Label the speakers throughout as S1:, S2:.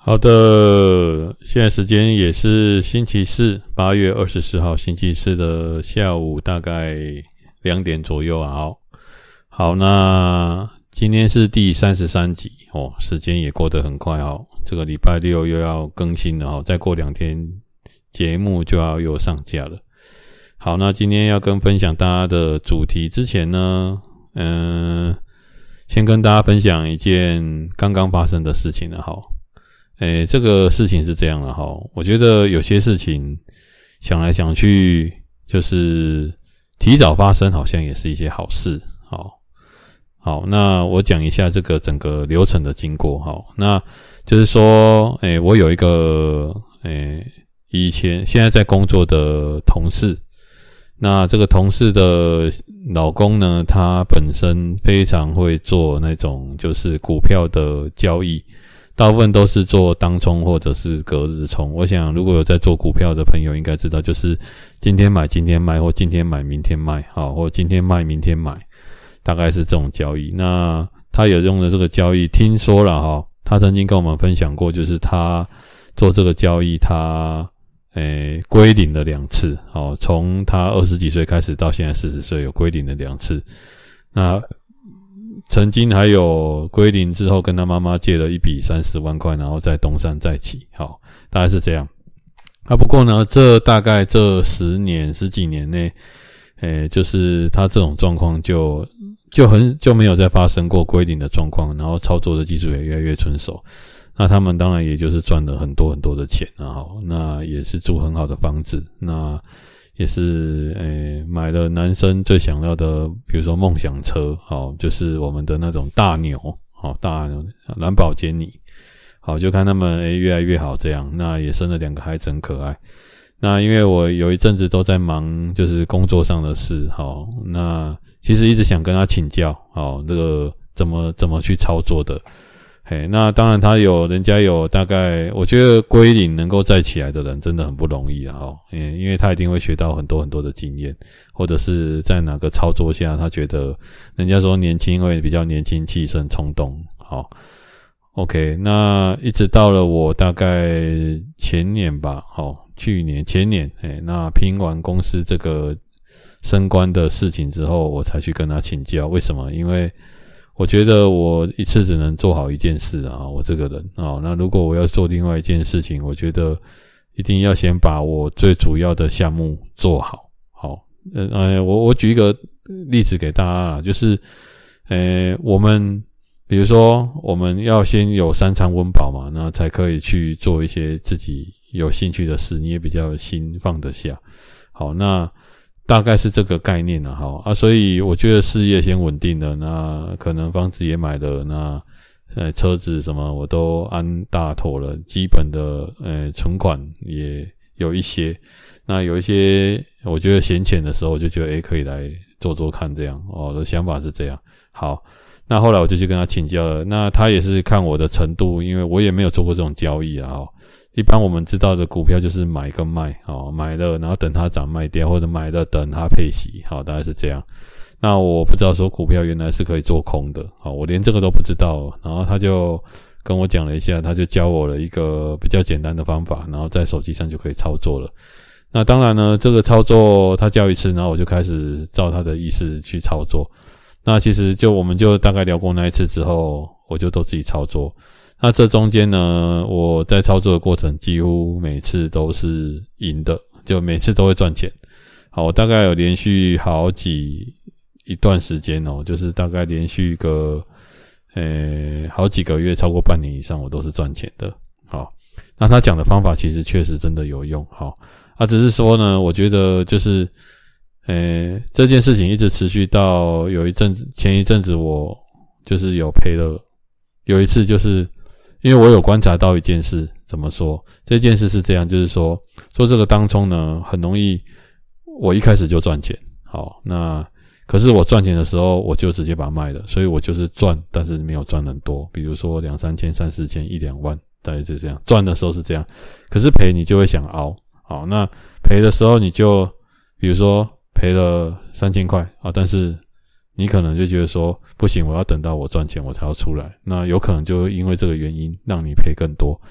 S1: 好的，现在时间也是星期四，8月24号星期四的下午大概2点左右啊。好，那今天是第33集哦，时间也过得很快哦。这个礼拜六又要更新了哦，再过2天节目就要又上架了。好，那今天要跟分享大家的主题之前呢，先跟大家分享一件刚刚发生的事情了哈。这个事情是这样的哈，我觉得有些事情想来想去，就是提早发生，好像也是一些好事。好，那我讲一下这个整个流程的经过哈。那就是说，我有一个现在在工作的同事，那这个同事的老公呢，他本身非常会做那种就是股票的交易。大部分都是做当冲或者是隔日冲。我想如果有在做股票的朋友应该知道，就是今天买今天卖，或今天买明天卖，或今天卖明天买，大概是这种交易。那他有用的这个交易，听说了他曾经跟我们分享过，就是他做这个交易他归零了2次，从他20几岁开始到现在40岁有归零了2次。那曾经还有归零之后跟他妈妈借了一笔30万块，然后再东山再起，好，大概是这样。不过呢，大概这10几年内，就是他这种状况就没有再发生过归零的状况，然后操作的技术也越来越纯熟。那他们当然也就是赚了很多很多的钱啊，那也是住很好的房子，那也是买了男生最想要的，比如说梦想车，就是我们的那种大牛，大兰博基尼，就看他们越来越好这样。那也生了2个孩子，很可爱。那因为我有一阵子都在忙就是工作上的事，那其实一直想跟他请教，这个怎么去操作的。那当然人家有大概，我觉得归零能够再起来的人真的很不容易啊，因为他一定会学到很多很多的经验，或者是在哪个操作下他觉得人家说年轻会比较年轻气盛冲动。OK， 那一直到了我大概前年吧，前年，那拼完公司这个升官的事情之后，我才去跟他请教。为什么？因为我觉得我一次只能做好一件事啊，我这个人那如果我要做另外一件事情，我觉得一定要先把我最主要的项目做好。我举一个例子给大家啦，就是我们比如说我们要先有3餐温饱嘛，那才可以去做一些自己有兴趣的事，你也比较有心放得下。好，那大概是这个概念所以我觉得事业先稳定了，那可能房子也买了，那车子什么我都安大妥了，基本的存款也有一些，那有一些我觉得闲钱的时候，我就觉得可以来做做看这样，我的想法是这样。好，那后来我就去跟他请教了，那他也是看我的程度，因为我也没有做过这种交易一般我们知道的股票就是买跟卖，买了然后等它涨卖掉，或者买了等它配息，大概是这样。那我不知道说股票原来是可以做空的，我连这个都不知道。然后他就跟我讲了一下，他就教我了一个比较简单的方法，然后在手机上就可以操作了。那当然呢，这个操作他教一次，然后我就开始照他的意思去操作。那其实我们就大概聊过那一次之后，我就都自己操作。那这中间呢，我在操作的过程几乎每次都是赢的，就每次都会赚钱。好，我大概有连续一段时间就是大概连续好几个月，超过半年以上，我都是赚钱的。好，那他讲的方法其实确实真的有用。好，只是说呢，我觉得就是这件事情一直持续到前一阵子我就是有赔了。有一次就是因为我有观察到一件事，怎么说？这件事是这样，就是说做这个当冲呢，很容易我一开始就赚钱。好，那可是我赚钱的时候，我就直接把它卖了，所以我就是赚，但是没有赚很多。比如说2、3千、3、4千、1、2万，大概是这样。赚的时候是这样，可是赔你就会想熬。好，那赔的时候你就比如说赔了3000块但是你可能就觉得说不行，我要等到我赚钱我才要出来，那有可能就因为这个原因让你赔更多。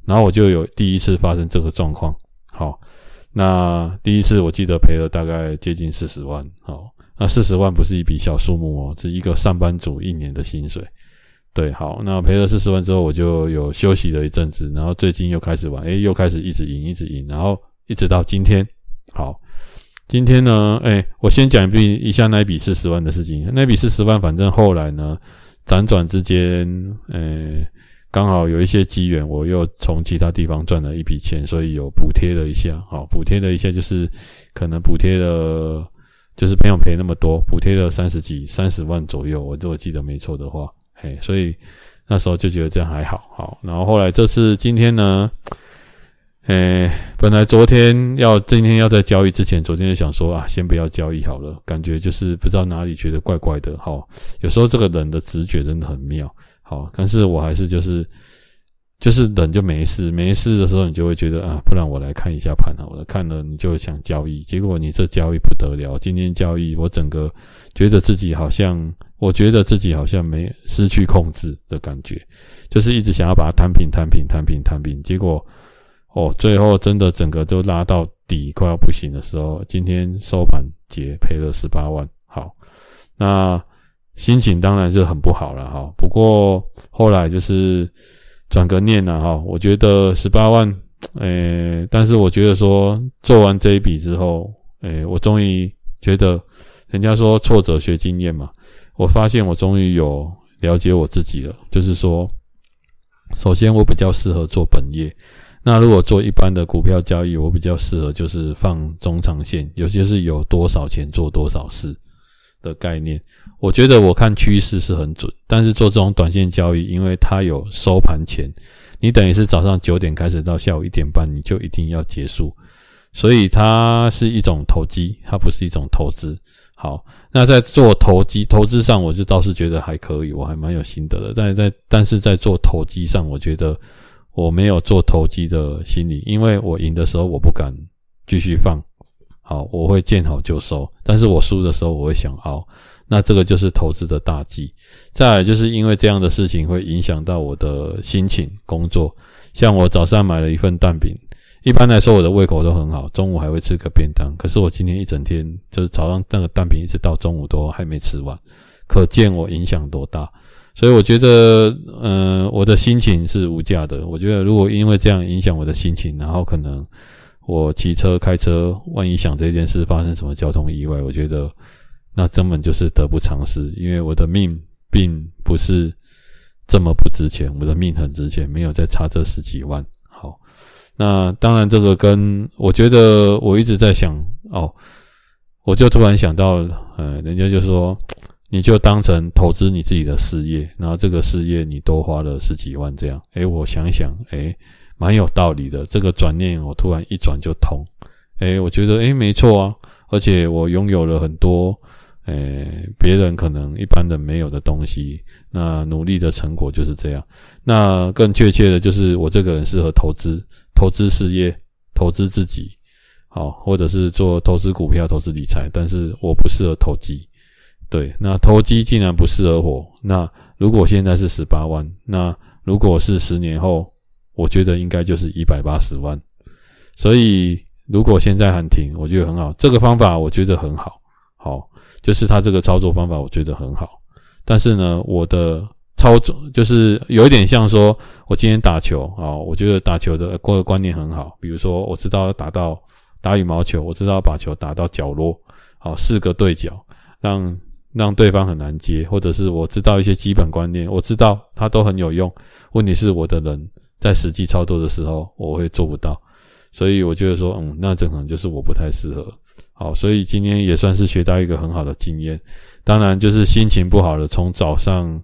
S1: 然后我就有第一次发生这个状况。好，那第一次我记得赔了大概接近40万。好，那40万不是一笔小数目哦，是一个上班族1年的薪水。对，好，那赔了40万之后，我就有休息了一阵子，然后最近又开始玩，又开始一直赢，然后一直到今天。好，今天呢，我先讲一下那一笔40万的事情。那一笔40万，反正后来呢，辗转之间，刚好有一些机缘，我又从其他地方赚了一笔钱，所以有补贴了一下。好，补贴了一下，就是可能补贴了，就是没有赔那么多，补贴了30万左右，我如果记得没错的话。所以那时候就觉得这样还好。好，然后后来这次今天呢，本来今天要在交易之前，昨天就想说先不要交易好了，感觉就是不知道哪里觉得怪怪的。好，有时候这个人的直觉真的很妙。好，但是我还是就是人就没事的时候，你就会觉得不然我来看一下盘好了，看了你就想交易，结果你这交易不得了，今天交易我整个觉得自己好像没失去控制的感觉，就是一直想要把它摊平，结果最后真的整个都拉到底快要不行的时候，今天收盘结赔了18万。好，那心情当然是很不好了哈。不过后来就是转个念啦哈，我觉得18万，但是我觉得说做完这一笔之后，我终于觉得人家说挫折学经验嘛，我发现我终于有了解我自己了，就是说，首先我比较适合做本业。那如果做一般的股票交易，我比较适合就是放中长线，有些是有多少钱做多少事的概念。我觉得我看趋势是很准，但是做这种短线交易，因为它有收盘前，你等于是早上9点开始到下午1点半，你就一定要结束，所以它是一种投机，它不是一种投资。好，那在做投资上，我就倒是觉得还可以，我还蛮有心得的。但是在做投机上，我觉得我没有做投机的心理，因为我赢的时候我不敢继续放，好，我会见好就收，但是我输的时候我会想熬，那这个就是投资的大忌。再来就是因为这样的事情会影响到我的心情工作，像我早上买了一份蛋饼，一般来说我的胃口都很好，中午还会吃个便当，可是我今天一整天就是早上那个蛋饼一直到中午都还没吃完，可见我影响多大。所以我觉得我的心情是无价的。我觉得如果因为这样影响我的心情，然后可能我骑车开车，万一想这件事发生什么交通意外，我觉得那根本就是得不偿失，因为我的命并不是这么不值钱，我的命很值钱，没有再差这10几万。好，那当然这个跟我觉得我一直在想我就突然想到人家就说你就当成投资你自己的事业，然后这个事业你多花了10几万这样，我想一想蛮有道理的，这个转念我突然一转就通，我觉得没错啊，而且我拥有了很多别人可能一般人没有的东西，那努力的成果就是这样。那更确切的就是我这个人适合投资事业，投资自己，好，或者是做投资股票、投资理财，但是我不适合投机。对，那投机既然不适合我，那如果现在是18万，那如果是10年后，我觉得应该就是180万。所以如果现在喊停，我觉得很好，这个方法我觉得很好，好，就是他这个操作方法我觉得很好。但是呢，我的操作就是有一点像说，我今天打球我觉得打球的观念很好，比如说我知道打羽毛球，我知道把球打到角落，好，4个对角，让对方很难接，或者是我知道一些基本观念，我知道它都很有用，问题是我的人在实际操作的时候我会做不到，所以我觉得说那这可能就是我不太适合。好，所以今天也算是学到一个很好的经验。当然就是心情不好的，从早上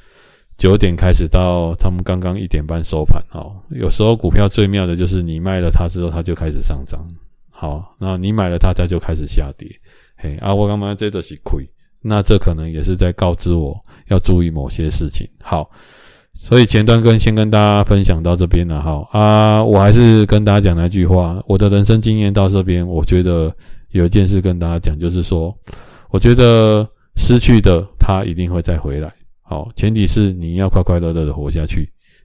S1: 9点开始到他们刚刚1点半收盘。好，有时候股票最妙的就是你卖了它之后它就开始上涨，好，那你买了它就开始下跌，我刚刚这都是亏，那这可能也是在告知我要注意某些事情。好，所以前段先跟大家分享到这边了。好我还是跟大家讲那句话，我的人生经验到这边，我觉得有一件事跟大家讲，就是说我觉得失去的它一定会再回来，好，前提是你要快快乐乐的活下去。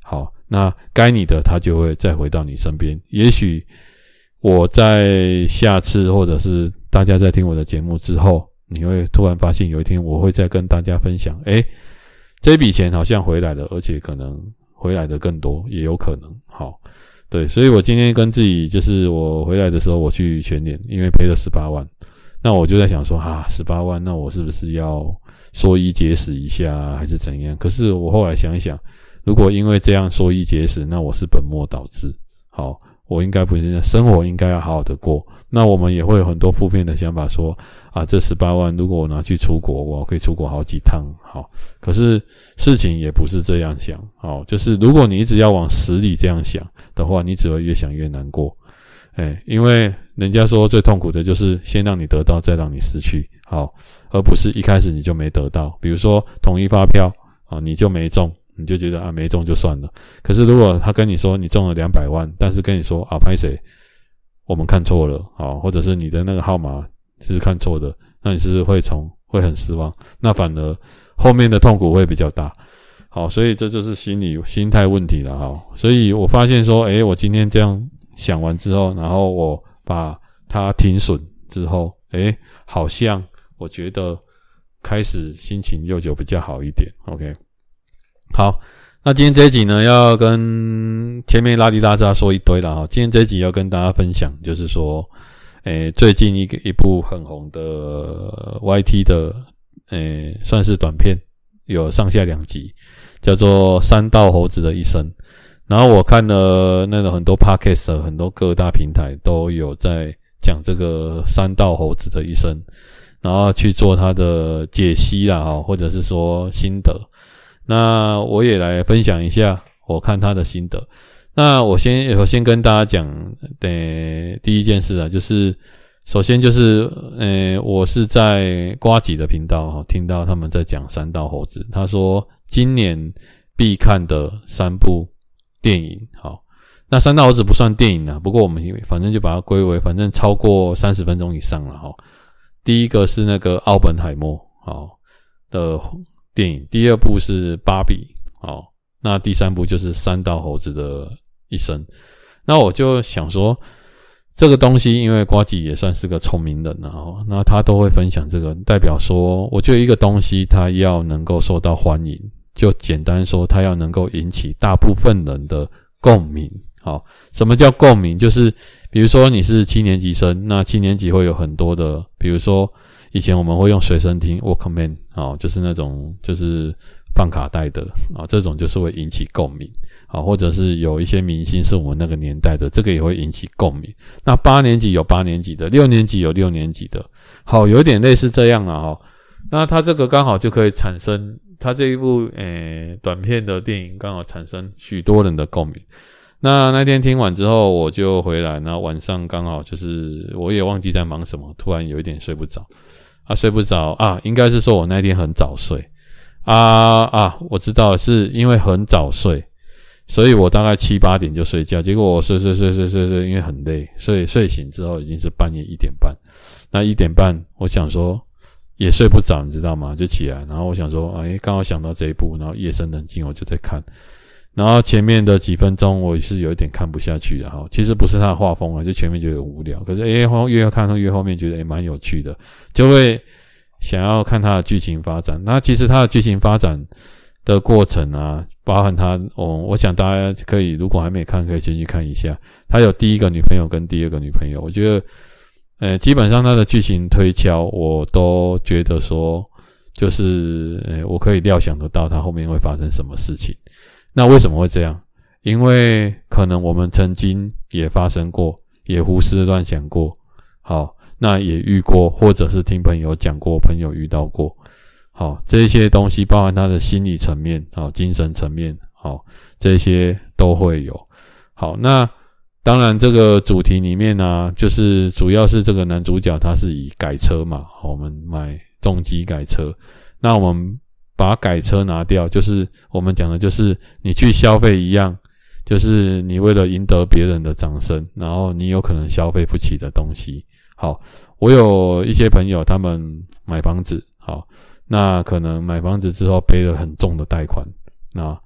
S1: 好，那该你的他就会再回到你身边。也许我在下次或者是大家在听我的节目之后，你会突然发现有一天我会再跟大家分享，这笔钱好像回来了，而且可能回来的更多，也有可能。好，对，所以我今天跟自己就是我回来的时候我去全联，因为赔了18万，那我就在想说18万，那我是不是要缩衣节食一下还是怎样？可是我后来想一想，如果因为这样缩衣节食，那我是本末倒置。好，我应该不是这样，生活应该要好好的过。那我们也会有很多负面的想法说这18万如果我拿去出国，我可以出国好几趟。好，可是事情也不是这样想。好，就是如果你一直要往死里这样想的话，你只会越想越难过。因为人家说最痛苦的就是先让你得到再让你失去。好，而不是一开始你就没得到。比如说统一发票你就没中，你就觉得没中就算了。可是如果他跟你说你中了200万，但是跟你说拍谁我们看错了，或者是你的那个号码是看错的，那你是会很失望，那反而后面的痛苦会比较大。好，所以这就是心态问题了。好，所以我发现说我今天这样想完之后，然后我把它停损之后，好像我觉得开始心情又就比较好一点。 OK， 好，那今天这一集呢要跟前面拉里拉扎说一堆了。今天这一集要跟大家分享就是说最近一部很红的 YT 的算是短片，有上下2集，叫做山道猴子的一生。然后我看了那个很多 podcast 很多各大平台都有在讲这个山道猴子的一生，然后去做他的解析啦，或者是说心得。那我也来分享一下我看他的心得。那我先跟大家讲第一件事啊，就是首先就是我是在呱吉的频道听到他们在讲山道猴子，他说今年必看的3部电影。好，那山道猴子不算电影啊，不过我们反正就把它归为反正超过30分钟以上了。第一个是那个奥本海默的电影，第2部是芭比。那第3部就是山道猴子的一生。那我就想说这个东西，因为呱吉也算是个聪明人那他都会分享这个，代表说我觉得一个东西它要能够受到欢迎，就简单说它要能够引起大部分人的共鸣。好，什么叫共鸣？就是比如说你是7年级生，那7年级会有很多的，比如说以前我们会用随身听 Walkman 就是那种就是放卡带的这种就是会引起共鸣。或者是有一些明星是我们那个年代的，这个也会引起共鸣。那8年级有8年级的，6年级有6年级的。好，有点类似这样那他这个刚好就可以产生，他这一部短片的电影刚好产生许多人的共鸣。那天听完之后我就回来，然后晚上刚好就是我也忘记在忙什么，突然有一点睡不着应该是说我那天很早睡我知道是因为很早睡，所以我大概7、8点就睡觉，结果我睡，因为很累，睡醒之后已经是半夜1点半。那1点半我想说也睡不着，你知道吗？就起来，然后我想说刚好想到这一部，然后夜深人静我就在看。然后前面的几分钟我是有一点看不下去的其实不是他的画风就前面觉得无聊，可是越看越后面觉得蛮有趣的，就会想要看他的剧情发展。那其实他的剧情发展的过程包含他我想大家可以如果还没看可以先去看一下。他有第1个女朋友跟第2个女朋友，我觉得基本上他的剧情推敲我都觉得说就是我可以料想得到他后面会发生什么事情。那为什么会这样？因为可能我们曾经也发生过，也胡思乱想过，好，那也遇过，或者是听朋友讲过，朋友遇到过，好，这些东西包含他的心理层面精神层面这些都会有。好，那当然这个主题里面就是主要是这个男主角他是以改车嘛，我们买重机改车，那我们把改车拿掉，就是我们讲的就是你去消费一样，就是你为了赢得别人的掌声，然后你有可能消费不起的东西。好，我有一些朋友他们买房子，好，那可能买房子之后背了很重的贷款，那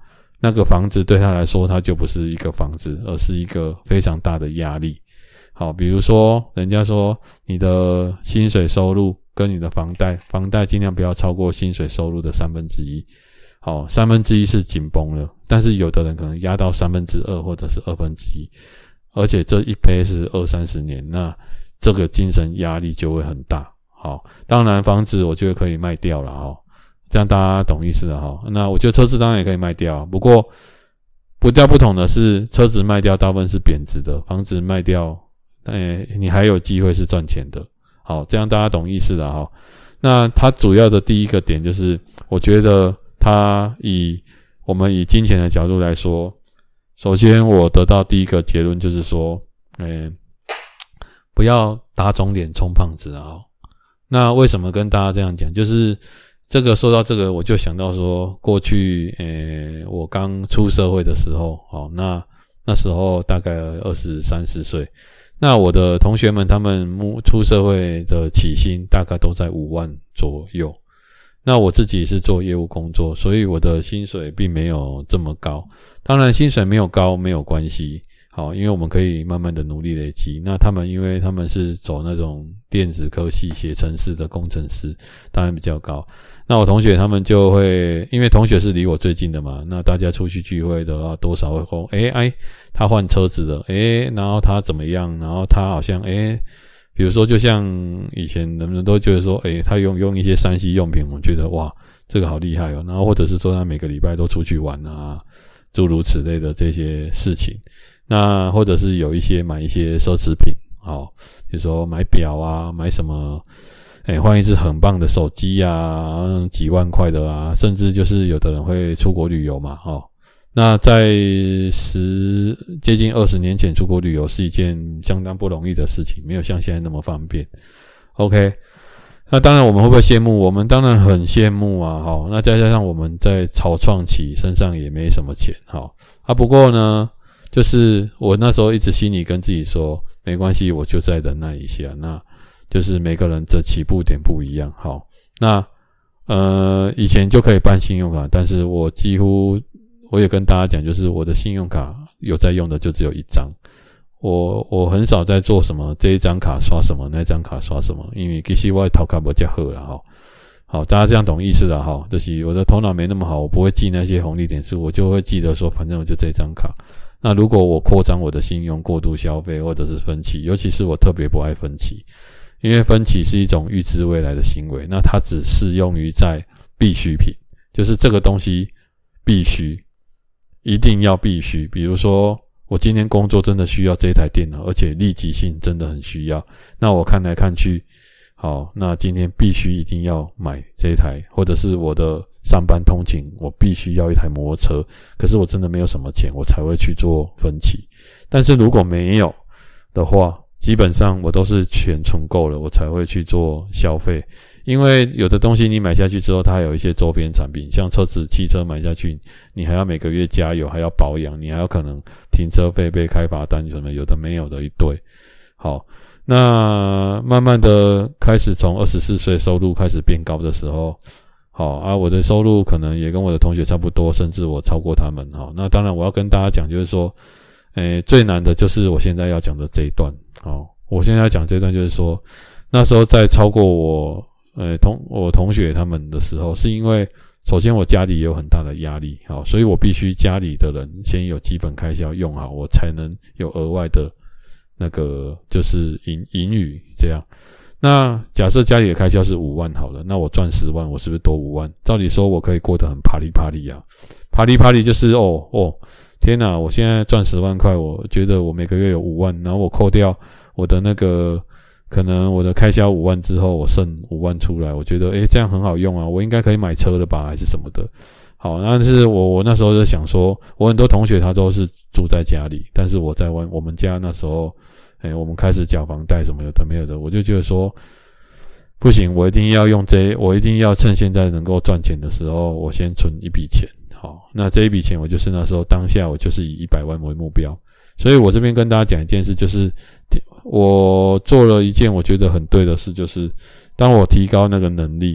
S1: 那个房子对他来说，它就不是一个房子，而是一个非常大的压力。好，比如说人家说你的薪水收入跟你的房贷尽量不要超过薪水收入的1/3。好，1/3是紧绷了，但是有的人可能压到2/3或者是1/2，而且这一背是20-30年，那这个精神压力就会很大。好，当然房子我觉得可以卖掉了齁，这样大家懂意思了齁。那我觉得车子当然也可以卖掉，不过不同的是，车子卖掉大部分是贬值的，房子卖掉你还有机会是赚钱的。好，这样大家懂意思了齁。那它主要的第一个点就是，我觉得我们以金钱的角度来说，首先我得到第一个结论就是说，不要打肿脸充胖子啊。那为什么跟大家这样讲？就是说到这个，我就想到说，过去我刚出社会的时候，那时候大概23-24岁，那我的同学们他们出社会的起薪大概都在5万左右。那我自己是做业务工作，所以我的薪水并没有这么高。当然薪水没有高没有关系，好，因为我们可以慢慢的努力累积。那因为他们是走那种电子科系写程式的工程师，当然比较高。那我同学他们就会，因为同学是离我最近的嘛，那大家出去聚会的话，多少会说，他换车子了，然后他怎么样，然后他好像比如说就像以前人们都觉得说，他用一些3C 用品，我觉得哇，这个好厉害哦。然后或者是说他每个礼拜都出去玩啊，诸如此类的这些事情。那或者是买一些奢侈品，比如说买表啊，买什么换一支很棒的手机啊，几万块的啊，甚至就是有的人会出国旅游嘛，那在接近20年前出国旅游是一件相当不容易的事情，没有像现在那么方便。OK， 那当然我们会不会羡慕？我们当然很羡慕啊，那再加上我们在草创期身上也没什么钱，不过呢，就是我那时候一直心里跟自己说，没关系，我就再忍耐一下。那就是每个人的起步点不一样。好，那以前就可以办信用卡，但是我也跟大家讲，就是我的信用卡有在用的就只有1张，我很少在做什么这一张卡刷什么，那一张卡刷什么，因为其实我的头卡不这么好啦。好，大家这样懂意思了就是我的头脑没那么好，我不会记那些红利点数，我就会记得说，反正我就这张卡。那如果我扩张我的信用，过度消费或者是分期，尤其是我特别不爱分期，因为分期是一种预支未来的行为，那它只适用于在必需品，就是这个东西必须，一定要必须。比如说我今天工作真的需要这台电脑，而且立即性真的很需要，那我看来看去，好，那今天必须一定要买这一台，或者是我的上班通勤我必须要一台摩托车，可是我真的没有什么钱，我才会去做分期。但是如果没有的话，基本上我都是钱存够了我才会去做消费。因为有的东西你买下去之后，它还有一些周边产品，像车子汽车买下去，你还要每个月加油，还要保养，你还要可能停车费被开罚单什么有的没有的一堆。好，那慢慢的开始从24岁收入开始变高的时候，我的收入可能也跟我的同学差不多，甚至我超过他们。那当然我要跟大家讲，就是说最难的就是我现在要讲的这一段。我现在要讲这一段就是说，那时候在超过我同学他们的时候，是因为首先我家里也有很大的压力，所以我必须家里的人先有基本开销用好，我才能有额外的那个就是盈余这样。那假设家里的开销是5万好了，那我赚10万，我是不是多5万？照理说我可以过得很啪里啪里啊，啪里啪里就是天哪，我现在赚10万块，我觉得我每个月有5万，然后我扣掉我的那个可能我的开销5万之后，我剩5万出来，我觉得这样很好用啊，我应该可以买车了吧，还是什么的。好，但是我那时候就想说，我很多同学他都是住在家里，但是我们家那时候我们开始缴房贷什么有的没有的，我就觉得说不行，我一定要趁现在能够赚钱的时候，我先存一笔钱。好，那这一笔钱我就是那时候当下我就是以100万为目标。所以我这边跟大家讲一件事，就是我做了一件我觉得很对的事，就是当我提高那个能力，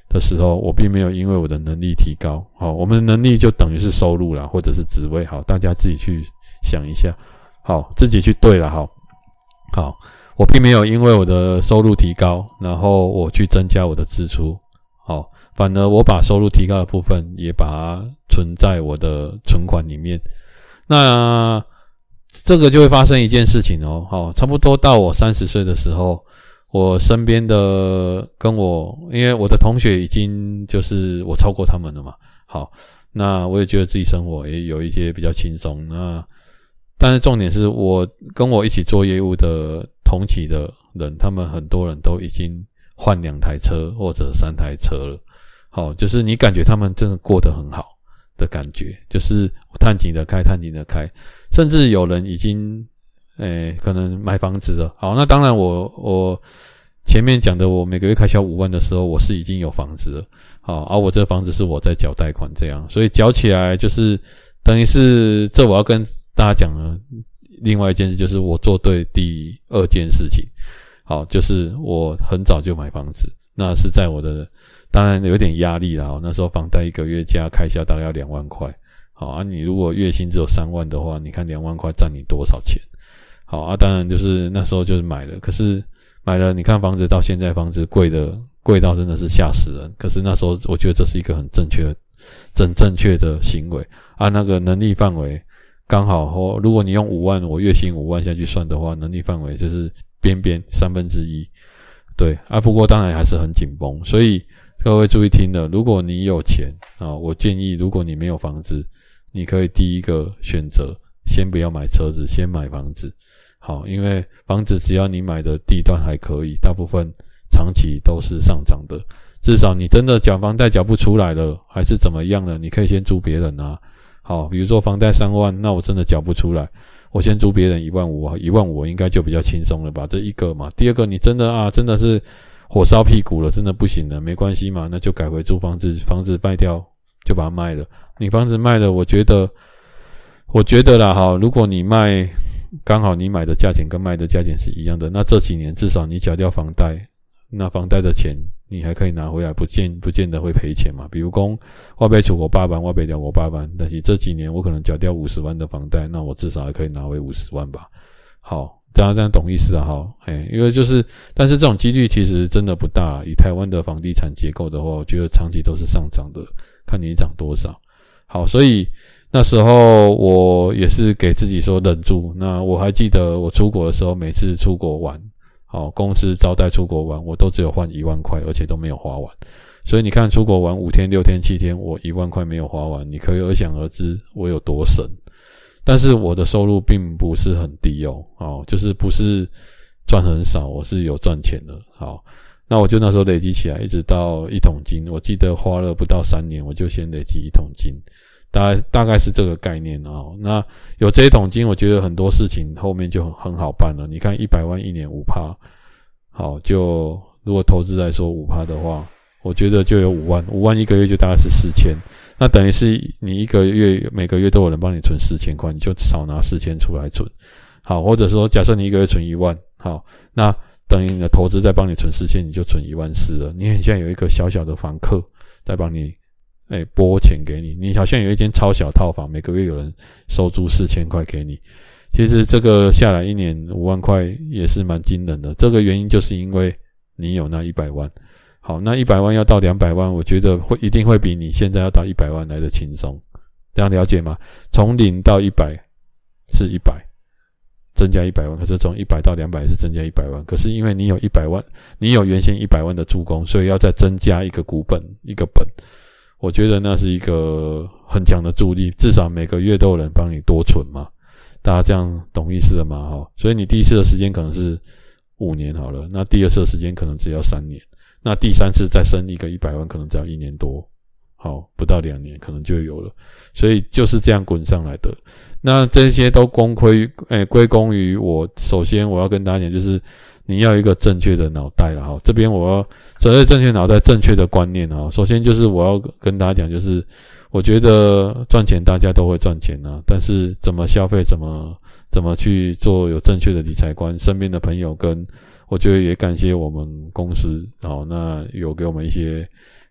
S1: 的时候，我并没有因为我的能力提高，好，我们的能力就等于是收入啦，或者是职位，好，大家自己去想一下，好，自己去对了，好，我并没有因为我的收入提高，然后我去增加我的支出，好，反而我把收入提高的部分也把它存在我的存款里面，那这个就会发生一件事情哦，好，差不多到我30岁的时候，我身边的因为我的同学已经就是我超过他们了嘛，好，那我也觉得自己生活也有一些比较轻松，但是重点是我跟我一起做业务的同期的人，他们很多人都已经换2台车或者3台车了，好，就是你感觉他们真的过得很好的感觉，就是探井的开，甚至有人已经可能买房子了。好，那当然我前面讲的我每个月开销5万的时候，我是已经有房子了。好，我这个房子是我在缴贷款这样，所以缴起来就是等于是这我要跟大家讲了另外一件事，就是我做对第2件事情。好，就是我很早就买房子，那是在我的当然有点压力啦，那时候房贷1个月加开销大概要2万块。好，你如果月薪只有3万的话，你看2万块占你多少钱？好，当然就是那时候就是买了，可是买了，你看房子到现在房子贵到真的是吓死人。可是那时候我觉得这是一个很正确的行为那个能力范围刚好如果你用5万，我月薪5万下去算的话，能力范围就是边1/3。对不过当然还是很紧绷，所以各位注意听了，如果你有钱我建议如果你没有房子，你可以第一个选择先不要买车子，先买房子。好，因为房子只要你买的地段还可以，大部分长期都是上涨的，至少你真的缴房贷缴不出来了，还是怎么样了，你可以先租别人好，比如说房贷3万，那我真的缴不出来，我先租别人1万5，1万5应该就比较轻松了吧，这一个嘛。第二个，你真的真的是火烧屁股了，真的不行了，没关系嘛，那就改回租房子，房子卖掉就把它卖了。你房子卖了，我觉得啦，好，如果你卖刚好你买的价钱跟卖的价钱是一样的，那这几年至少你缴掉房贷，那房贷的钱你还可以拿回来，不见得会赔钱嘛。比如说我要出500万，我要了500万，但是这几年我可能缴掉50万的房贷，那我至少还可以拿回50万吧。好，大家这样懂意思好，因为但是这种几率其实真的不大，以台湾的房地产结构的话，我觉得长期都是上涨的，看你涨多少。好，所以那时候我也是给自己说忍住。那我还记得我出国的时候，每次出国玩，好，公司招待出国玩，我都只有换1万块，而且都没有花完。所以你看出国玩5天、6天、7天，我1万块没有花完，你可以想而知我有多省。但是我的收入并不是很低就是不是赚很少，我是有赚钱的。好，那我就那时候累积起来，一直到1桶金，我记得花了不到3年，我就先累积1桶金。大概是这个概念那有这1桶金，我觉得很多事情后面就很好办了。你看100万1年 5%， 好，就如果投资来说 5% 的话，我觉得就有5万，5万1个月就大概是4000，那等于是你每个月都有人帮你存4000块，你就少拿4000出来存。好，或者说假设你1个月存1万，好，那等于你的投资再帮你存4000，你就存14000了。你很像有一个小小的房客在帮你拨钱给你，你好像有一间超小套房，每个月有人收租4000块给你。其实这个下来1年5万块也是蛮惊人的，这个原因就是因为你有那100万。好，那100万要到200万，我觉得一定会比你现在要到100万来的轻松。这样了解吗？从0到100是100，增加100万，可是从100到200是增加100万。可是因为你有100万，你有原先100万的助攻，所以要再增加一个股本，一个本。我觉得那是一个很强的助力，至少每个月都有人帮你多存嘛。大家这样懂意思了吗？所以你第一次的时间可能是5年好了，那第二次的时间可能只要3年，那第三次再生一个100万可能只要1年多，好，不到2年可能就有了。所以就是这样滚上来的。那这些都归功于我。首先我要跟大家讲，就是你要有一个正确的脑袋啦。这边我要所谓正确脑袋，正确的观念首先就是我要跟大家讲，就是我觉得赚钱大家都会赚钱但是怎么消费，怎么去做有正确的理财观，身边的朋友跟我觉得也感谢我们公司那有给我们一些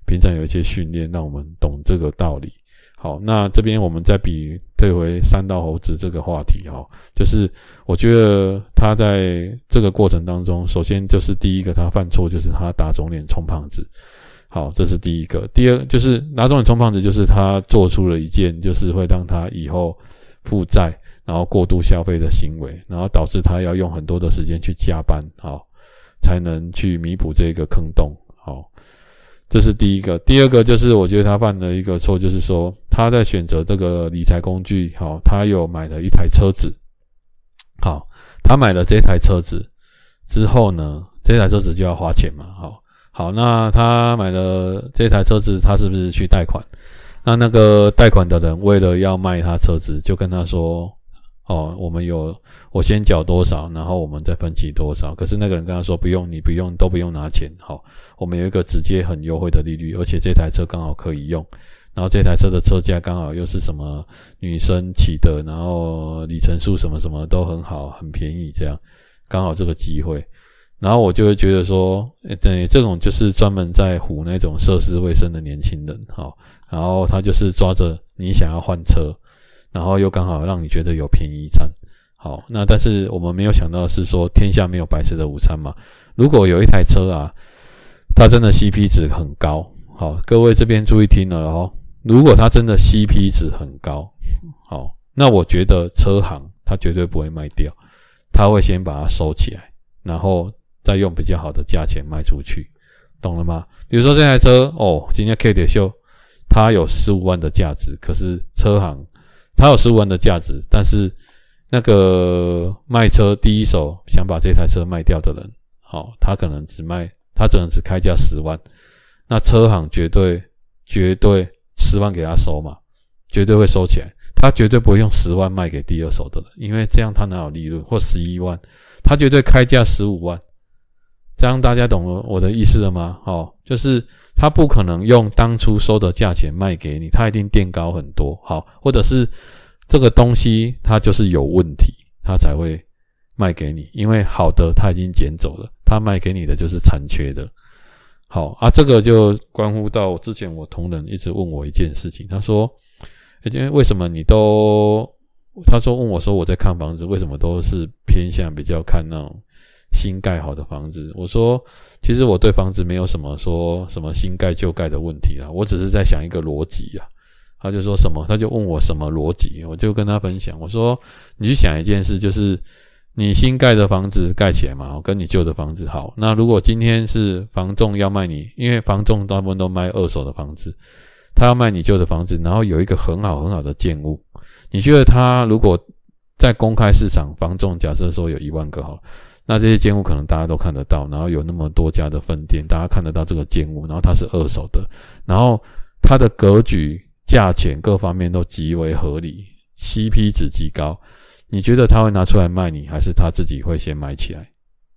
S1: 平常有一些训练，让我们懂这个道理。好，那这边我们再退回山道猴子这个话题就是我觉得他在这个过程当中，首先就是第一个他犯错就是他打肿脸充胖子。好，这是第一个。第二就是打肿脸充胖子，就是他做出了一件就是会让他以后负债然后过度消费的行为，然后导致他要用很多的时间去加班，才能去弥补这个坑洞。好，这是第一个。第二个就是我觉得他犯了一个错，就是说他在选择这个理财工具，他有买了一台车子。好，他买了这台车子之后呢，这台车子就要花钱嘛。好，那他买了这台车子，他是不是去贷款？那个贷款的人为了要卖他车子，就跟他说我先缴多少，然后我们再分期多少。可是那个人跟他说不用，你都不用拿钱。好，我们有一个直接很优惠的利率，而且这台车刚好可以用，然后这台车的车价刚好又是什么女生骑的，然后里程数什么什么都很好，很便宜，这样刚好这个机会。然后我就会觉得说这种就是专门在唬那种涉世未深的年轻人。然后他就是抓着你想要换车，然后又刚好让你觉得有便宜占。好，那但是我们没有想到的是说天下没有白吃的午餐嘛。如果有一台车它真的 CP 值很高，好，各位这边注意听了如果它真的 CP 值很高，好，那我觉得车行它绝对不会卖掉，它会先把它收起来，然后再用比较好的价钱卖出去，懂了吗？比如说这台车今天 K 点秀它有15万的价值，可是车行它有15万的价值，但是那个卖车第一手想把这台车卖掉的人，他可能只开价10万，那车行绝对10万给他收嘛，绝对会收起来，他绝对不会用10万卖给第二手的人，因为这样他哪有利润，或11万，他绝对开价15万。这样大家懂了我的意思了吗？就是他不可能用当初收的价钱卖给你，他一定垫高很多。好，或者是这个东西它就是有问题，他才会卖给你，因为好的他已经捡走了，他卖给你的就是残缺的。好这个就关乎到之前我同仁一直问我一件事情，他说为什么问我说我在看房子为什么都是偏向比较看那种新盖好的房子。我说其实我对房子没有什么说什么新盖旧盖的问题啦，我只是在想一个逻辑啊。他就说什么，他就问我什么逻辑，我就跟他分享，我说你去想一件事，就是你新盖的房子盖起来嘛，跟你旧的房子好，那如果今天是房仲要卖你，因为房仲大部分都卖二手的房子，他要卖你旧的房子，然后有一个很好很好的建物，你觉得他如果在公开市场，房仲假设说有1万个好了，那这些建物可能大家都看得到，然后有那么多家的分店，大家看得到这个建物，然后它是二手的，然后它的格局价钱各方面都极为合理， CP 值极高，你觉得他会拿出来卖你，还是他自己会先买起来？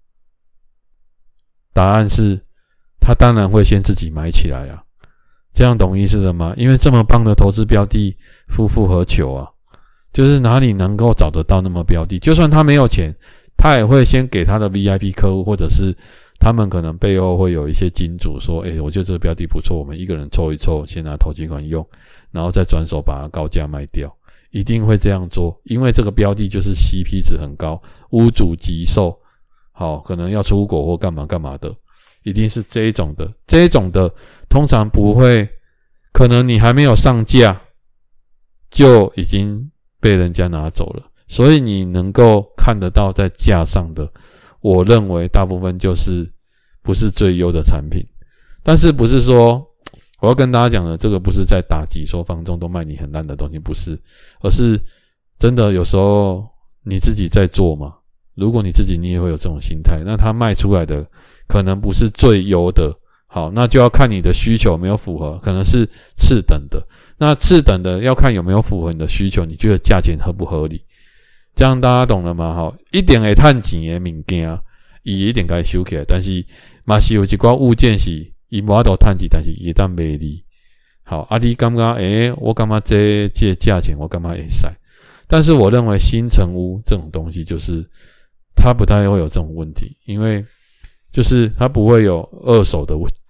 S1: 答案是他当然会先自己买起来啊，这样懂意思了吗？因为这么棒的投资标的，夫复何求啊？就是哪里能够找得到那么标的，就算他没有钱，他也会先给他的 VIP 客户，或者是他们可能背后会有一些金主说我觉得这个标的不错，我们一个人凑一凑，先拿投机款用，然后再转手把它高价卖掉，一定会这样做，因为这个标的就是 CP 值很高，屋主急售，好，可能要出国或干嘛干嘛的，一定是这一种的通常不会，可能你还没有上架就已经被人家拿走了，所以你能够看得到在架上的，我认为大部分就是不是最优的产品。但是不是说我要跟大家讲的，这个不是在打击说房仲都卖你很烂的东西，不是，而是真的有时候你自己在做嘛，如果你也会有这种心态，那他卖出来的可能不是最优的，好，那就要看你的需求有没有符合，可能是次等的，那次等的要看有没有符合你的需求，你觉得价钱合不合理，这样大家懂了吗？好，一定会赚钱的物件伊一定该收起来，但是嘛是有一寡物件是伊无法度赚钱，但是伊会当卖你。好，你感觉我感觉这价钱我感觉会使，但是我认为新成屋这种东西就是它不太会有这种问题，因为就是它不会有二手的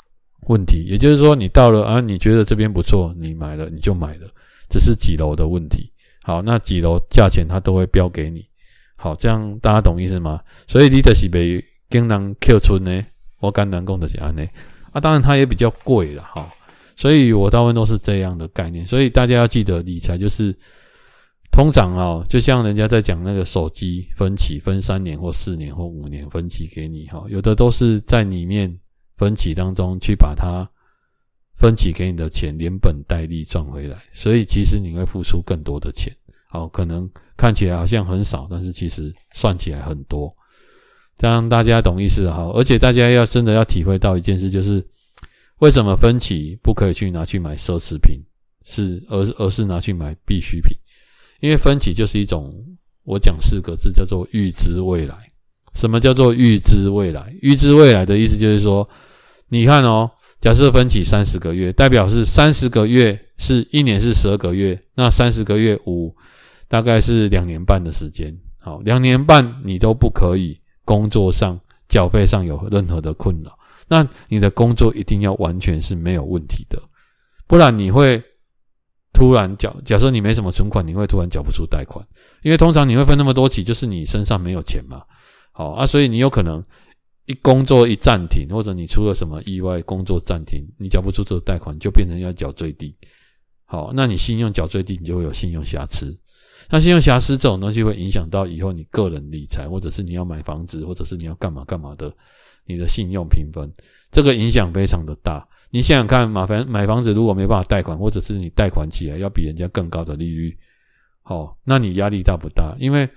S1: 问题。也就是说，你到了啊，你觉得这边不错，你买了你就买了，只是几楼的问题。好，那几楼价钱它都会标给你。好，这样大家懂意思吗？所以你就是被经人扣存呢，我简单讲就是安尼啊，当然它也比较贵啦，齁，所以我大部分都是这样的概念。所以大家要记得，理财就是通常就像人家在讲那个手机分期，分3年或4年或5年分期给你，有的都是在里面分期当中去把它分期给你的钱连本带利赚回来，所以其实你会付出更多的钱。好，可能看起来好像很少，但是其实算起来很多。这样大家懂意思好，而且大家要真的要体会到一件事，就是为什么分期不可以去拿去买奢侈品，而是拿去买必需品？因为分期就是一种，我讲4个字叫做预知未来。什么叫做预知未来？预知未来的意思就是说，你看假设分期30个月，代表是30个月是1年是12个月，那30个月5大概是2年半的时间。好，2年半你都不可以工作上缴费上有任何的困扰，那你的工作一定要完全是没有问题的，不然你会突然假设你没什么存款，你会突然缴不出贷款，因为通常你会分那么多期，就是你身上没有钱嘛。好啊，所以你有可能一工作一暂停，或者你出了什么意外工作暂停，你缴不出这个贷款，就变成要缴最低。好，那你信用缴最低，你就会有信用瑕疵。那信用瑕疵这种东西会影响到以后你个人理财，或者是你要买房子，或者是你要干嘛干嘛的，你的信用评分，这个影响非常的大。你想想看，买房子如果没办法贷款，或者是你贷款起来要比人家更高的利率，好，那你压力大不大？因为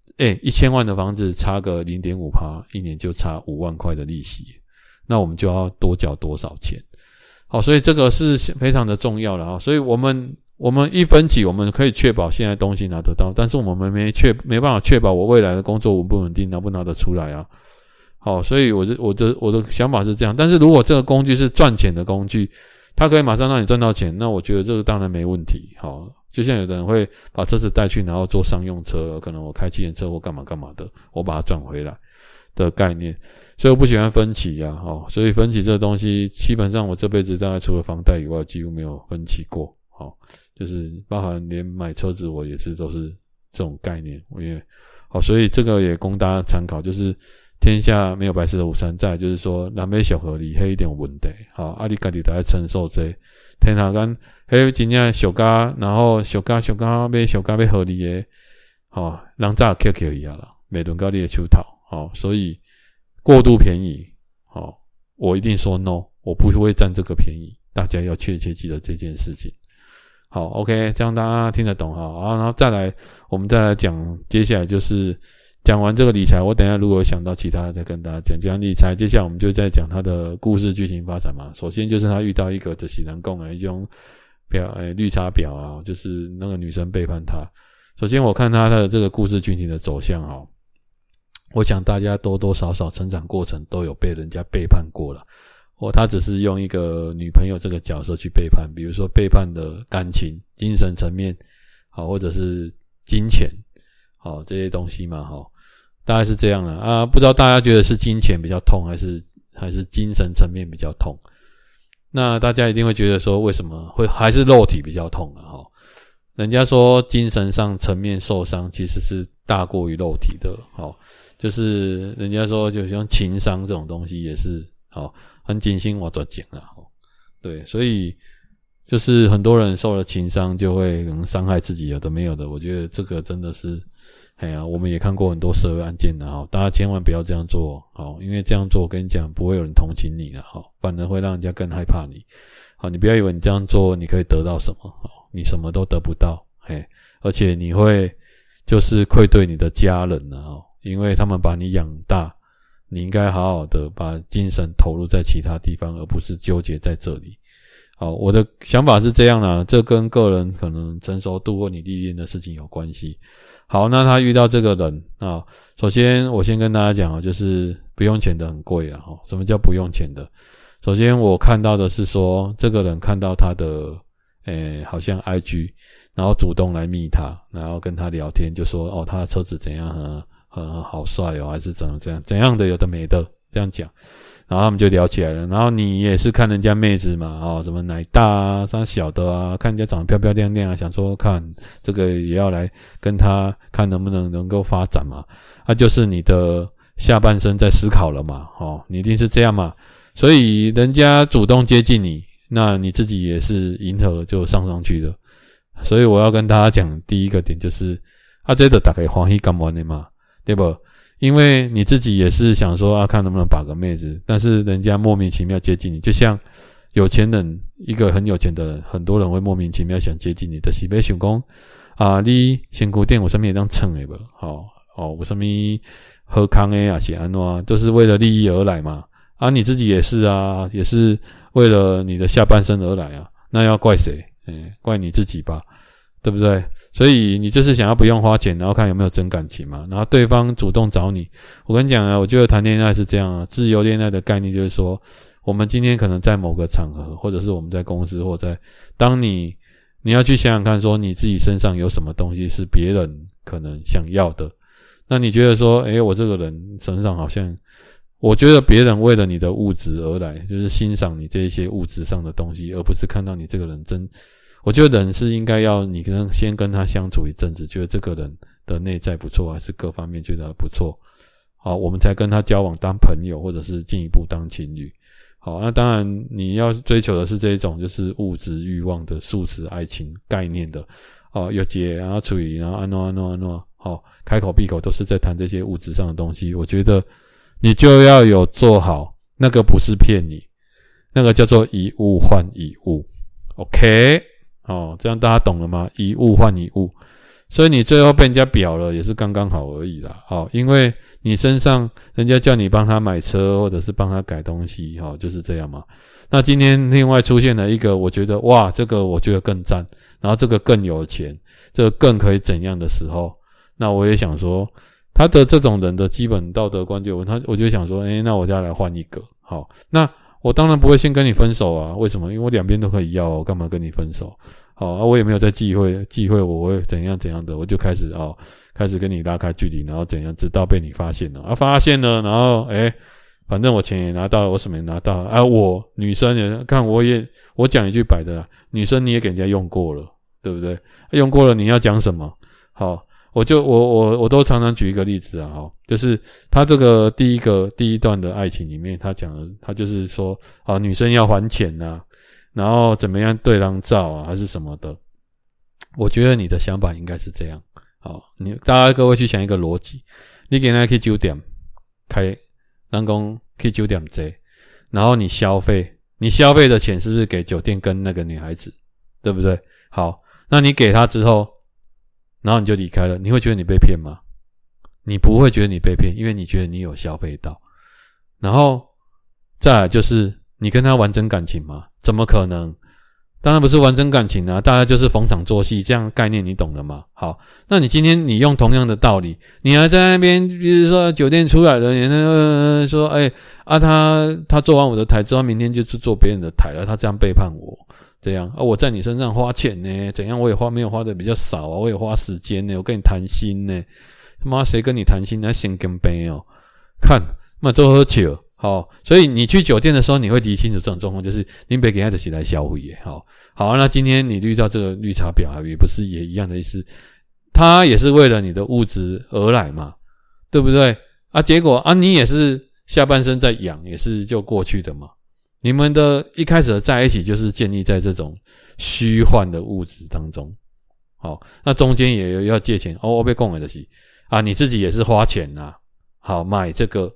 S1: 1000万的房子差个 0.5%， 一年就差5万块的利息，那我们就要多缴多少钱？好，所以这个是非常的重要了。所以我们一分期，我们可以确保现在东西拿得到，但是我们没办法确保我未来的工作稳不稳定，拿不拿得出来啊？好，所以我的想法是这样。但是如果这个工具是赚钱的工具，它可以马上让你赚到钱，那我觉得这个当然没问题。好，就像有的人会把车子带去，然后做商用车，可能我开汽车或干嘛干嘛的，我把它赚回来的概念。所以我不喜欢分期啊，所以分期这个东西，基本上我这辈子大概除了房贷以外，几乎没有分期过。好，就是包含连买车子我也是都是这种概念。好，所以这个也供大家参考，就是天下没有白吃的午餐。再来就是说，南北小合理黑一点有问题。好，你自己得承受这天下间黑真正小家，然后小家买合理的，好，人早捡去啊啦，每轮到你的手头。好，所以过度便宜，好，我一定说 no， 我不会占这个便宜，大家要切记得这件事情。好 ，OK， 这样大家听得懂哈。然后再来，我们再来讲，接下来就是讲完这个理财，我等一下如果有想到其他的再跟大家讲理财。接下来我们就再讲他的故事剧情发展嘛。首先就是他遇到一个就是人讲的一种绿茶婊啊，就是那个女生背叛他。首先我看他的这个故事剧情的走向我想大家多多少少成长过程都有被人家背叛过了。他只是用一个女朋友这个角色去背叛，比如说背叛的感情、精神层面，好，或者是金钱，好，这些东西嘛，大概是这样啊。不知道大家觉得是金钱比较痛，还是精神层面比较痛？那大家一定会觉得说，为什么还是肉体比较痛啊？人家说精神上层面受伤其实是大过于肉体的，就是人家说就像情伤这种东西也是很精心我做讲啦，对，所以就是很多人受了情伤就会可能伤害自己，有的没有的，我觉得这个真的是，我们也看过很多社会案件的大家千万不要这样做，因为这样做我跟你讲不会有人同情你的，反而会让人家更害怕你，你不要以为你这样做你可以得到什么，你什么都得不到，而且你会就是愧对你的家人因为他们把你养大。你应该好好的把精神投入在其他地方，而不是纠结在这里。好，我的想法是这样啦，这跟个人可能成熟度或你历练的事情有关系。好，那他遇到这个人首先我先跟大家讲就是不用钱的很贵啊。什么叫不用钱的？首先我看到的是说，这个人看到他的好像 IG， 然后主动来密他，然后跟他聊天，就说他的车子怎样很好帅还是怎样的有的没的这样讲， 然后他们就聊起来了，然后你也是看人家妹子嘛，什么奶大啊，啥小的啊，看人家长得漂漂亮亮啊，想说看这个也要来跟他看能不能够发展嘛，就是你的下半身在思考了嘛，你一定是这样嘛，所以人家主动接近你，那你自己也是迎合就上去了，所以我要跟大家讲第一个点就是这就大家欢喜甘愿的嘛，对不？因为你自己也是想说看能不能把个妹子，但是人家莫名其妙接近你，就像有钱人，一个很有钱的人，很多人会莫名其妙想接近你，就是要想说你身躯顶有什么能蹭的无有什么好康的还是怎样，都是为了利益而来嘛，你自己也是也是为了你的下半身而来那要怪谁？怪你自己吧，对不对？所以你就是想要不用花钱，然后看有没有真感情嘛，然后对方主动找你。我跟你讲我觉得谈恋爱是这样自由恋爱的概念就是说，我们今天可能在某个场合，或者是我们在公司，或者当你要去想想看说你自己身上有什么东西是别人可能想要的，那你觉得说我这个人身上好像，我觉得别人为了你的物质而来，就是欣赏你这一些物质上的东西，而不是看到你这个人我觉得人是应该要你先跟他相处一阵子，觉得这个人的内在不错，还是各方面觉得不错，好，我们才跟他交往当朋友，或者是进一步当情侣。好，那当然你要追求的是这一种就是物质欲望的素食爱情概念的有结然后处理然后安诺开口闭口都是在谈这些物质上的东西，我觉得你就要有做好，那个不是骗你，那个叫做以物换以物。 OK，这样大家懂了吗？以物换以物，所以你最后被人家表了也是刚刚好而已啦。因为你身上人家叫你帮他买车或者是帮他改东西就是这样嘛。那今天另外出现了一个我觉得哇这个我觉得更赞，然后这个更有钱，这个更可以怎样的时候，那我也想说他的这种人的基本道德观我就想说那我就要来换一个。好，那我当然不会先跟你分手为什么？因为我两边都可以要我干嘛跟你分手？好我也没有在忌讳我会怎样的，我就开始跟你拉开距离，然后怎样，直到被你发现了发现了，然后反正我钱也拿到了，我什么也拿到了我女生也看我讲一句白的女生你也给人家用过了，对不对？用过了你要讲什么？好，我都常常举一个例子就是他这个第一段的爱情里面，他讲的他就是说女生要还钱然后怎么样对人照还是什么的。我觉得你的想法应该是这样。好，大家各位去想一个逻辑，你今天去酒店开人说去酒店坐，然后你消费的钱是不是给酒店跟那个女孩子，对不对？好，那你给她之后，然后你就离开了，你会觉得你被骗吗？你不会觉得你被骗，因为你觉得你有消费到。然后再来就是你跟她玩真感情吗？怎么可能？当然不是玩真感情大家就是逢场作戏，这样概念你懂了吗？好，那你今天你用同样的道理，你还在那边比如说酒店出来了，你说他做完我的台之后，明天就去做别人的台了，他这样背叛我，这样我在你身上花钱呢，怎样我也没有花的比较少我也花时间呢，我跟你谈心呢，他妈谁跟你谈心那神经病看那做喝酒。好，所以你去酒店的时候，你会理清楚这种状况，就是你别给他的起来消费耶。好，那今天你遇到这个绿茶婊，也不是也一样的意思，他也是为了你的物质而来嘛，对不对？结果你也是下半身在养，也是就过去的嘛。你们的一开始的在一起就是建立在这种虚幻的物质当中。好，那中间也要借钱我被讲的就是你自己也是花钱好买这个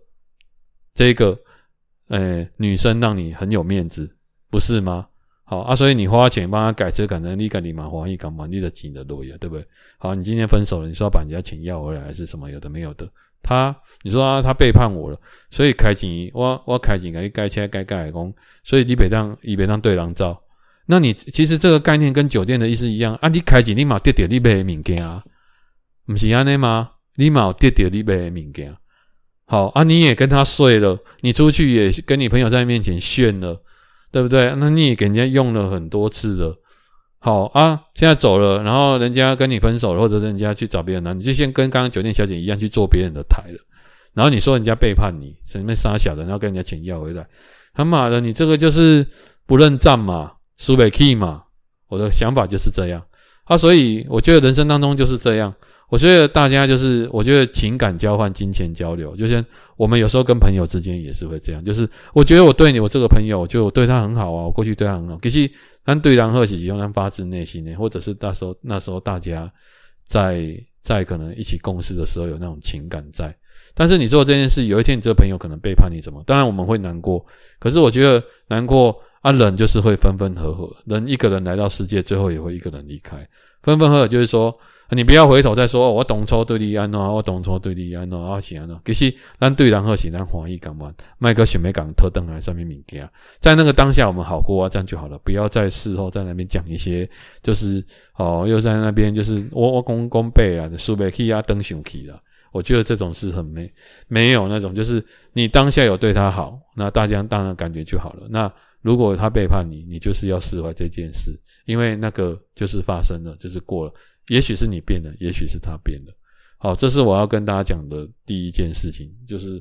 S1: 女生让你很有面子，不是吗？好所以你花钱帮她改车，可能你跟你蛮欢喜干嘛，你的钱的落呀，对不对？好，你今天分手了，你说要把人家钱要回来还是什么有的没有的，你说他背叛我了，所以开钱我开钱给你改车改讲，所以你别当对人照。那你其实这个概念跟酒店的意思一样你开钱你嘛得到你买的物件不是这样吗？你嘛得到你买的物件。好你也跟他睡了，你出去也跟你朋友在面前炫了，对不对？那你也给人家用了很多次了。好现在走了，然后人家跟你分手了，或者人家去找别人你就先跟刚刚酒店小姐一样去做别人的台了。 然后你说人家背叛你，什么杀小的，然后跟人家钱要回来，他妈的，你这个就是不认账嘛，输不起嘛。我的想法就是这样所以我觉得人生当中就是这样。我觉得大家就是我觉得情感交换、金钱交流，就像我们有时候跟朋友之间也是会这样，就是我觉得我对你，我这个朋友，我觉得我对他很好我过去对他很好，其实咱对人好是用咱发自内心的，或者是那时候大家在可能一起共事的时候有那种情感在。但是你做这件事，有一天你这个朋友可能背叛你，怎么？当然我们会难过，可是我觉得难过人就是会分分合合，人一个人来到世界，最后也会一个人离开。分分合合就是说，你不要回头再说我当初对你安怎，我当初对你安怎，是安怎。其实咱对人好是咱欢喜甘愿，莫个想要讲特登来上面物件，在那个当下我们好过这样就好了，不要在事后在那边讲一些，就是又在那边就是我讲背输不起登上去啦。我觉得这种是很没有那种，就是你当下有对他好，那大家当然感觉就好了。那如果他背叛你，你就是要释怀这件事，因为那个就是发生了，就是过了。也许是你变了，也许是他变了。好，这是我要跟大家讲的第一件事情，就是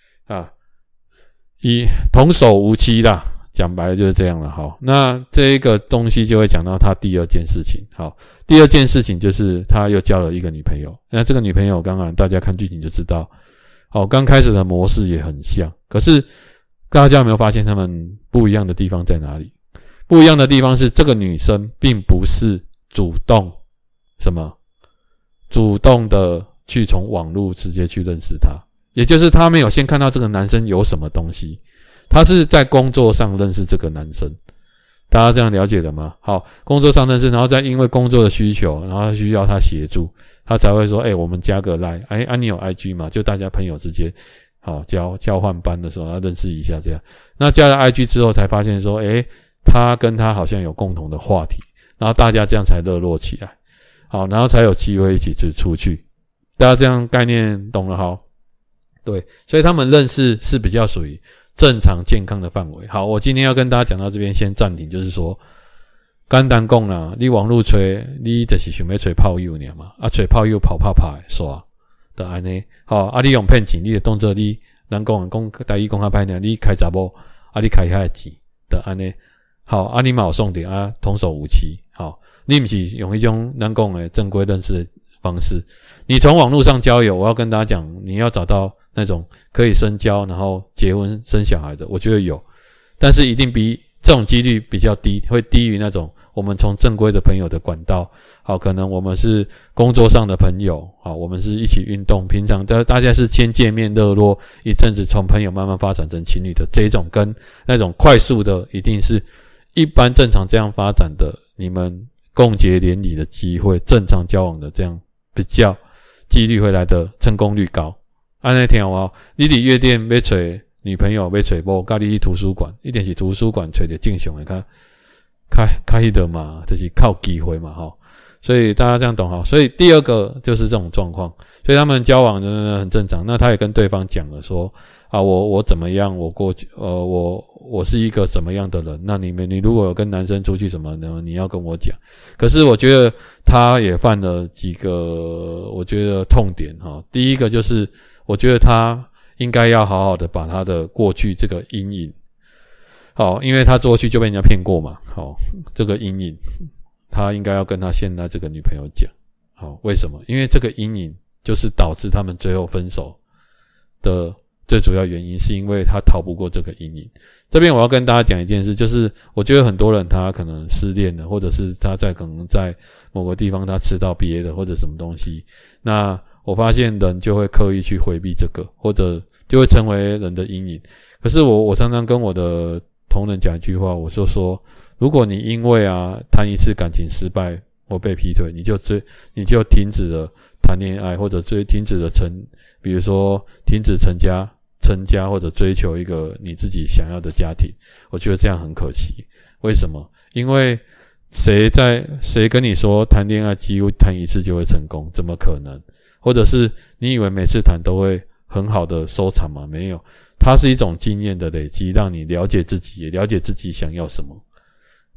S1: 童叟无欺啦，讲白了就是这样了。好，那这一个东西就会讲到他第二件事情。好，第二件事情就是他又交了一个女朋友。那这个女朋友刚刚大家看剧情就知道，刚开始的模式也很像，可是大家有没有发现他们不一样的地方在哪里？不一样的地方是这个女生并不是主动的去从网络直接去认识他，也就是他没有先看到这个男生有什么东西，他是在工作上认识这个男生。大家这样了解了吗？好，工作上认识，然后再因为工作的需求，然后需要他协助，他才会说我们加个 LINE， 你有 IG 嘛？就大家朋友之间好交换班的时候要认识一下这样。那加了 IG 之后才发现说他跟他好像有共同的话题，然后大家这样才热络起来。好，然后才有机会一起出去。大家这样概念懂了？好，对，所以他们认识是比较属于正常健康的范围。好，我今天要跟大家讲到这边先暂停，就是说简单讲啦，你网络吹，你就是想要吹炮友尔嘛，吹炮友跑的刷的安尼。好，你用骗钱，你的动作你人讲台语讲较歹尔，你开查某你开遐钱的安尼。好，你嘛有送点童叟无欺。好，你不是用一种人讲的正规认识的方式，你从网络上交友，我要跟大家讲，你要找到那种可以深交然后结婚生小孩的，我觉得有，但是一定比这种几率比较低，会低于那种我们从正规的朋友的管道。好，可能我们是工作上的朋友，好，我们是一起运动，平常大家是先见面热络一阵子，从朋友慢慢发展成情侣的这种，跟那种快速的一定是一般正常这样发展的，你们共结连理的机会，正常交往的这样比较几率会来的成功率高。按那天你伫夜店要找女朋友要找某，跟你去图书馆，一定是图书馆找的正常的较迄个嘛，就是靠机会嘛所以大家这样懂所以第二个就是这种状况，所以他们交往的很正常。那他也跟对方讲了说我怎么样，我过去我是一个什么样的人，那你如果有跟男生出去什么的，你要跟我讲。可是我觉得他也犯了几个我觉得痛点第一个就是我觉得他应该要好好的把他的过去这个阴影因为他过去就被人家骗过嘛这个阴影他应该要跟他现在这个女朋友讲为什么？因为这个阴影就是导致他们最后分手的最主要原因，是因为他逃不过这个阴影。这边我要跟大家讲一件事，就是我觉得很多人他可能失恋了，或者是他可能在某个地方他吃到别的或者什么东西，那我发现人就会刻意去回避这个，或者就会成为人的阴影。可是我常常跟我的同仁讲一句话，我就说如果你因为谈一次感情失败或被劈腿，你就停止了谈恋爱，或者停止了比如说停止成家或者追求一个你自己想要的家庭，我觉得这样很可惜。为什么？因为谁跟你说谈恋爱几乎谈一次就会成功？怎么可能？或者是你以为每次谈都会很好的收场吗？没有，它是一种经验的累积，让你了解自己，也了解自己想要什么。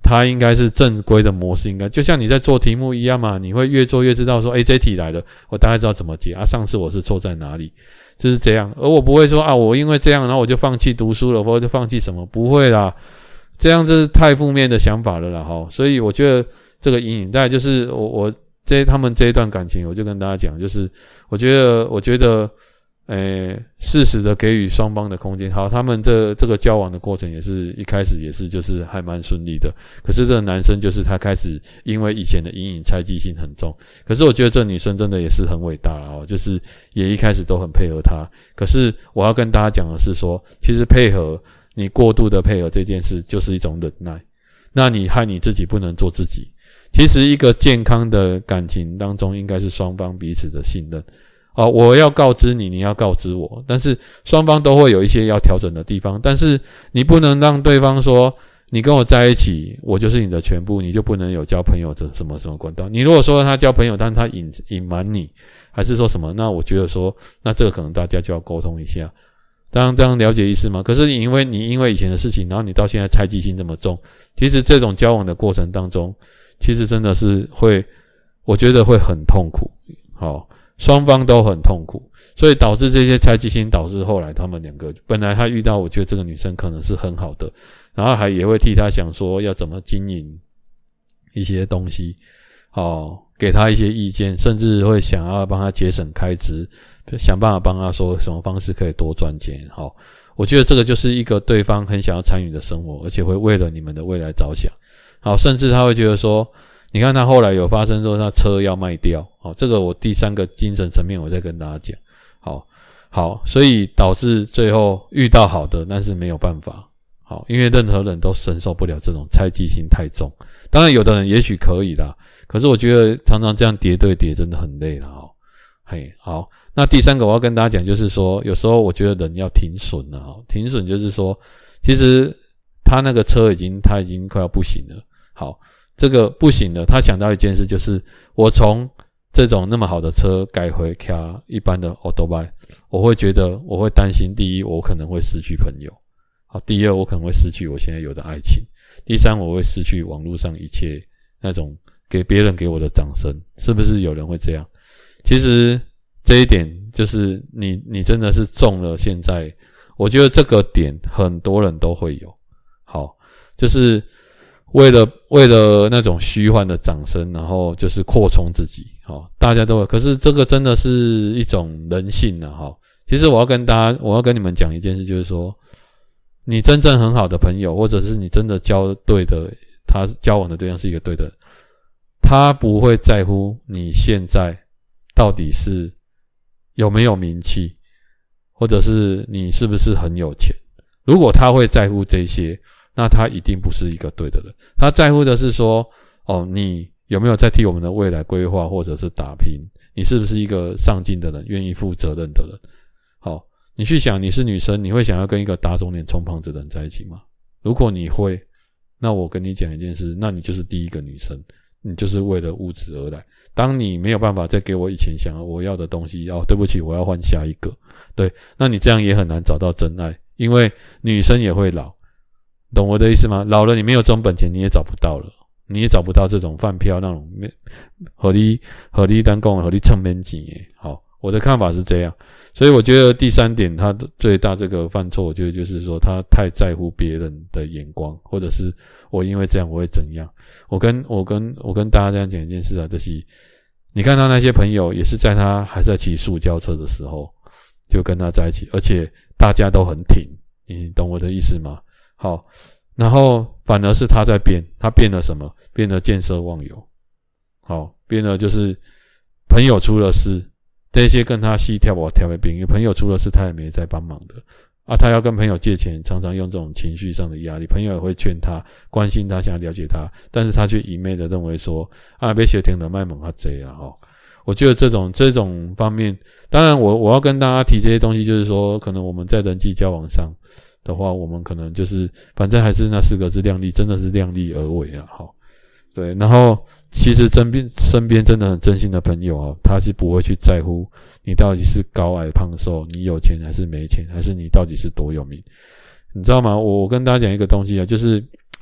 S1: 它应该是正规的模式，应该就像你在做题目一样嘛，你会越做越知道说，这题来了，我大概知道怎么解啊，上次我是错在哪里，就是这样。而我不会说我因为这样，然后我就放弃读书了，或者就放弃什么，不会啦，这样就是太负面的想法了啦齁。所以我觉得这个阴影，大概就是他们这一段感情，我就跟大家讲，就是我觉得适时的给予双方的空间。好，他们这个交往的过程也是一开始也是就是还蛮顺利的。可是这个男生就是他开始因为以前的阴影猜忌心很重。可是我觉得这女生真的也是很伟大啦就是也一开始都很配合他。可是我要跟大家讲的是说，其实你过度的配合这件事就是一种忍耐。那你害你自己不能做自己。其实一个健康的感情当中应该是双方彼此的信任。我要告知你，你要告知我，但是双方都会有一些要调整的地方，但是你不能让对方说你跟我在一起，我就是你的全部，你就不能有交朋友的什么什么管道。你如果说他交朋友，但是他隐瞒你，还是说什么，那我觉得说，那这个可能大家就要沟通一下。当然这样了解意思吗？可是你因为以前的事情，然后你到现在猜忌心这么重，其实这种交往的过程当中，其实真的是我觉得会很痛苦。双方都很痛苦，所以导致这些猜忌心，导致后来他们两个本来他遇到，我觉得这个女生可能是很好的，然后也会替他想说要怎么经营一些东西，给他一些意见，甚至会想要帮他节省开支，想办法帮他说什么方式可以多赚钱。我觉得这个就是一个对方很想要参与的生活，而且会为了你们的未来着想。甚至他会觉得说，你看他后来有发生说他车要卖掉，这个我第三个精神层面我再跟大家讲。好，所以导致最后遇到好的，但是没有办法。因为任何人都承受不了这种猜忌心太重。当然有的人也许可以啦，可是我觉得常常这样叠对叠真的很累啦。好，那第三个我要跟大家讲，就是说有时候我觉得人要停损了。停损就是说，其实他那个车他已经快要不行了。这个不行了，他想到一件事，就是我从这种那么好的车改回开一般的 Autobike， 我会担心，第一我可能会失去朋友，第二我可能会失去我现在有的爱情，第三我会失去网络上一切那种别人给我的掌声。是不是有人会这样？其实这一点就是你真的是中了。现在我觉得这个点很多人都会有。就是为了那种虚幻的掌声，然后就是扩充自己，大家都会。可是这个真的是一种人性啊，其实我要跟你们讲一件事，就是说，你真正很好的朋友，或者是你真的他交往的对象是一个对的，他不会在乎你现在到底是有没有名气，或者是你是不是很有钱。如果他会在乎这些，那他一定不是一个对的人。他在乎的是说，你有没有在替我们的未来规划，或者是打拼？你是不是一个上进的人，愿意负责任的人？你去想，你是女生，你会想要跟一个打肿脸充胖子的人在一起吗？如果你会，那我跟你讲一件事，那你就是第一个女生，你就是为了物质而来。当你没有办法再给我以前想要我要的东西，对不起，我要换下一个。对，那你这样也很难找到真爱，因为女生也会老。懂我的意思吗？老了你没有这种本钱，你也找不到了，你也找不到这种饭票那种合理单供合理蹭面钱。我的看法是这样。所以我觉得第三点，他最大这个犯错，我觉得就是说他太在乎别人的眼光，或者是我因为这样我会怎样。我跟大家这样讲一件事啊，就是你看他那些朋友也是在他还在骑塑胶车的时候就跟他在一起，而且大家都很挺，你懂我的意思吗？然后反而是他在变，他变了什么？变了见色忘友。变了就是朋友出了事，这些跟他戏跳我跳的朋友出了事，他也没在帮忙的他要跟朋友借钱，常常用这种情绪上的压力，朋友也会劝他，关心他，想要了解他，但是他却一昧的认为说被学听的卖萌他贼我觉得这种方面，当然我要跟大家提这些东西，就是说可能我们在人际交往上的话，我们可能就是反正还是那4个字，量力，真的是量力而为对，然后其实身边真的很真心的朋友他是不会去在乎你到底是高矮胖瘦，你有钱还是没钱，还是你到底是多有名。你知道吗？我跟大家讲一个东西就是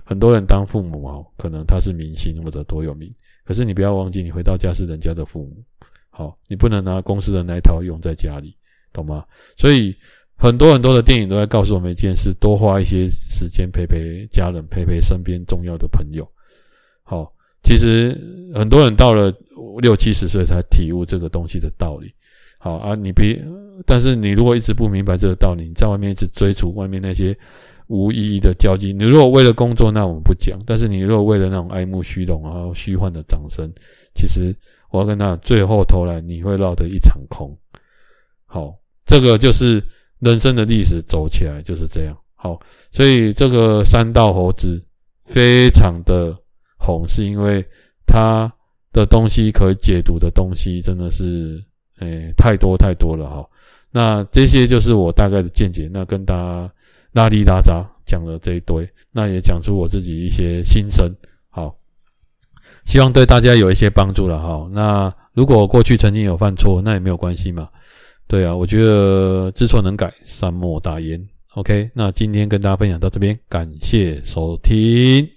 S1: 很多人当父母可能他是明星或者多有名，可是你不要忘记，你回到家是人家的父母。好，你不能拿公司的那一套用在家里，懂吗？所以很多的电影都在告诉我们一件事，多花一些时间陪陪家人，陪陪身边重要的朋友。好，其实很多人到了60-70岁才体悟这个东西的道理。好啊，但是你如果一直不明白这个道理，你在外面一直追逐外面那些无意义的交际，你如果为了工作，那我们不讲，但是你如果为了那种爱慕虚荣然后虚幻的掌声，其实我要跟他讲，最后头来你会落得一场空。好，这个就是人生的历史走起来就是这样。好，所以这个山道猴子非常的红，是因为他的东西可以解读的东西真的是太多了那这些就是我大概的见解，那跟大家拉里拉杂讲了这一堆，那也讲出我自己一些心声。好，希望对大家有一些帮助了那如果过去曾经有犯错，那也没有关系嘛。对啊，我觉得知错能改，善莫大焉。OK， 那今天跟大家分享到这边，感谢收听。